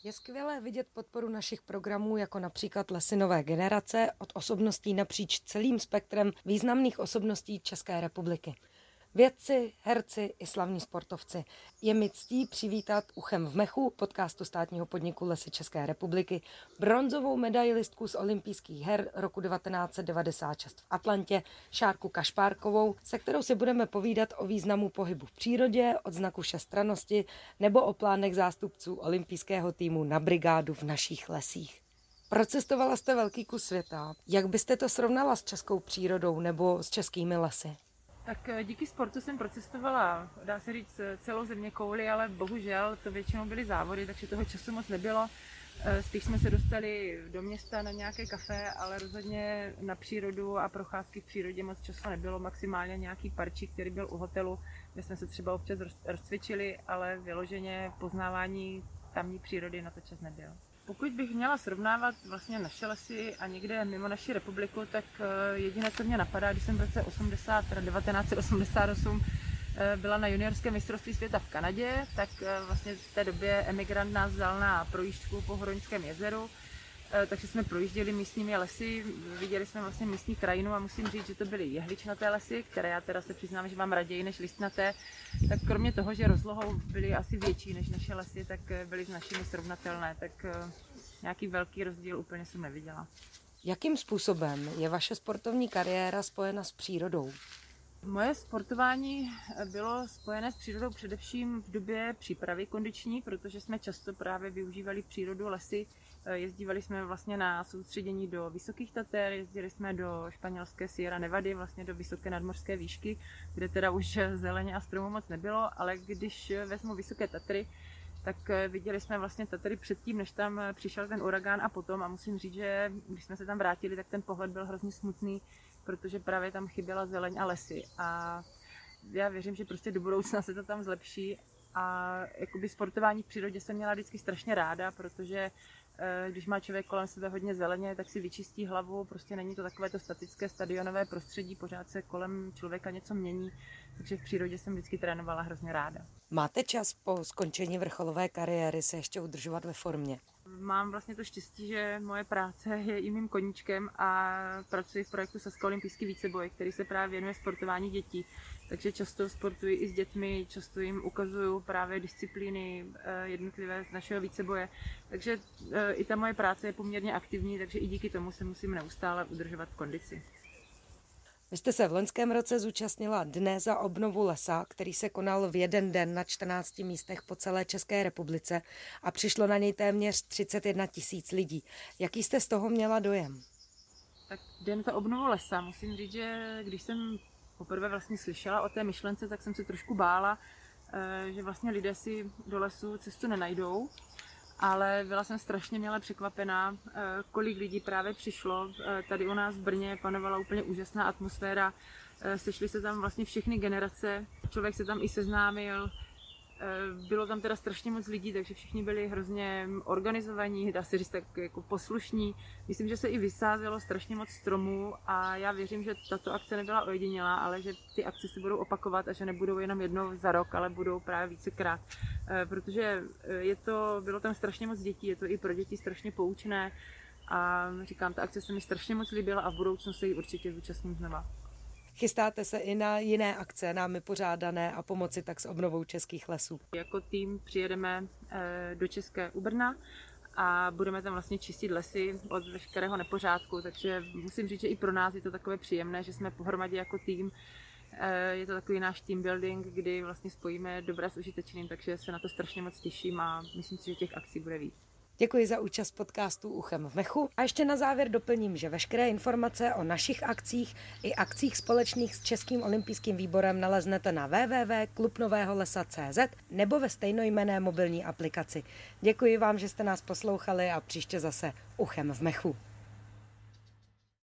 Je skvělé vidět podporu našich programů, jako například Lesy nové generace, od osobností napříč celým spektrem významných osobností České republiky. Vědci, herci i slavní sportovci. Je mi ctí přivítat Uchem v mechu, podcastu státního podniku Lesy České republiky, bronzovou medailistku z olympijských her roku 1996 v Atlantě, Šárku Kašpárkovou, se kterou si budeme povídat o významu pohybu v přírodě, odznaku všestrannosti nebo o plánech zástupců olympijského týmu na brigádu v našich lesích. Procestovala jste velký kus světa. Jak byste to srovnala s českou přírodou nebo s českými lesy? Tak díky sportu jsem procestovala, dá se říct, celou zeměkouli, ale bohužel to většinou byly závody, takže toho času moc nebylo. Spíš jsme se dostali do města na nějaké kafe, ale rozhodně na přírodu a procházky v přírodě moc času nebylo. Maximálně nějaký parčík, který byl u hotelu, kde jsme se třeba občas rozcvičili, ale vyloženě poznávání tamní přírody na to čas nebyl. Pokud bych měla srovnávat vlastně naše lesy a někde mimo naši republiku, tak jediné, co mě napadá, když jsem v roce 1988 byla na juniorském mistrovství světa v Kanadě, tak vlastně v té době emigrant nás vzal na projížďku po Horoňském jezeru, takže jsme projížděli místními lesy, viděli jsme vlastně místní krajinu a musím říct, že to byly jehličnaté lesy, které já teda se přiznám, že mám raději než listnaté, tak kromě toho, že rozlohou byly asi větší než naše lesy, tak byly s našimi srovnatelné, tak nějaký velký rozdíl úplně jsem neviděla. Jakým způsobem je vaše sportovní kariéra spojena s přírodou? Moje sportování bylo spojené s přírodou především v době přípravy kondiční, protože jsme často právě využívali přírodu, lesy. Jezdívali jsme vlastně na soustředění do Vysokých Tater, jezdili jsme do španělské Sierra Nevady, vlastně do vysoké nadmořské výšky, kde teda už zeleně a stromů moc nebylo, ale když vezmu Vysoké Tatry, tak viděli jsme vlastně Tatry předtím, než tam přišel ten uragán a potom, a musím říct, že když jsme se tam vrátili, tak ten pohled byl hrozně smutný, protože právě tam chyběla zeleň a lesy a já věřím, že prostě do budoucna se to tam zlepší a jakoby sportování v přírodě jsem měla vždycky strašně ráda, protože když má člověk kolem sebe hodně zeleně, tak si vyčistí hlavu, prostě není to takové to statické stadionové prostředí, pořád se kolem člověka něco mění, takže v přírodě jsem vždycky trénovala hrozně ráda. Máte čas po skončení vrcholové kariéry se ještě udržovat ve formě? Mám vlastně to štěstí, že moje práce je i mým koníčkem a pracuji v projektu Saska olympijský víceboj, který se právě věnuje sportování dětí. Takže často sportuji i s dětmi, často jim ukazuju právě disciplíny jednotlivé z našeho víceboje. Takže i ta moje práce je poměrně aktivní, takže i díky tomu se musím neustále udržovat v kondici. Vy jste se v loňském roce zúčastnila Dne za obnovu lesa, který se konal v jeden den na 14 místech po celé České republice a přišlo na něj téměř 31 000 lidí. Jaký jste z toho měla dojem? Tak Den za obnovu lesa, musím říct, že když jsem poprvé vlastně slyšela o té myšlence, tak jsem se trošku bála, že vlastně lidé si do lesu cestu nenajdou. Ale byla jsem strašně mile překvapená, kolik lidí právě přišlo. Tady u nás v Brně panovala úplně úžasná atmosféra. Sešly se tam vlastně všechny generace, člověk se tam i seznámil. Bylo tam teda strašně moc lidí, takže všichni byli hrozně organizovaní, dá se říct tak jako poslušní. Myslím, že se i vysázelo strašně moc stromů a já věřím, že tato akce nebyla ojedinělá, ale že ty akce se budou opakovat a že nebudou jenom jednou za rok, ale budou právě vícekrát. Protože bylo tam strašně moc dětí, je to i pro děti strašně poučné a říkám, ta akce se mi strašně moc líbila a v budoucnu se ji určitě zúčastním znova. Chystáte se i na jiné akce námi pořádané a pomoci tak s obnovou českých lesů? Jako tým přijedeme do České u Brna a budeme tam vlastně čistit lesy od veškerého nepořádku, takže musím říct, že i pro nás je to takové příjemné, že jsme pohromadě jako tým. Je to takový náš team building, kdy vlastně spojíme dobré s užitečným, takže se na to strašně moc těším a myslím si, že těch akcí bude víc. Děkuji za účast podcastu Uchem v mechu a ještě na závěr doplním, že veškeré informace o našich akcích i akcích společných s Českým olympijským výborem naleznete na www.klubnoveholesa.cz nebo ve stejnojmenné mobilní aplikaci. Děkuji vám, že jste nás poslouchali a příště zase Uchem v mechu.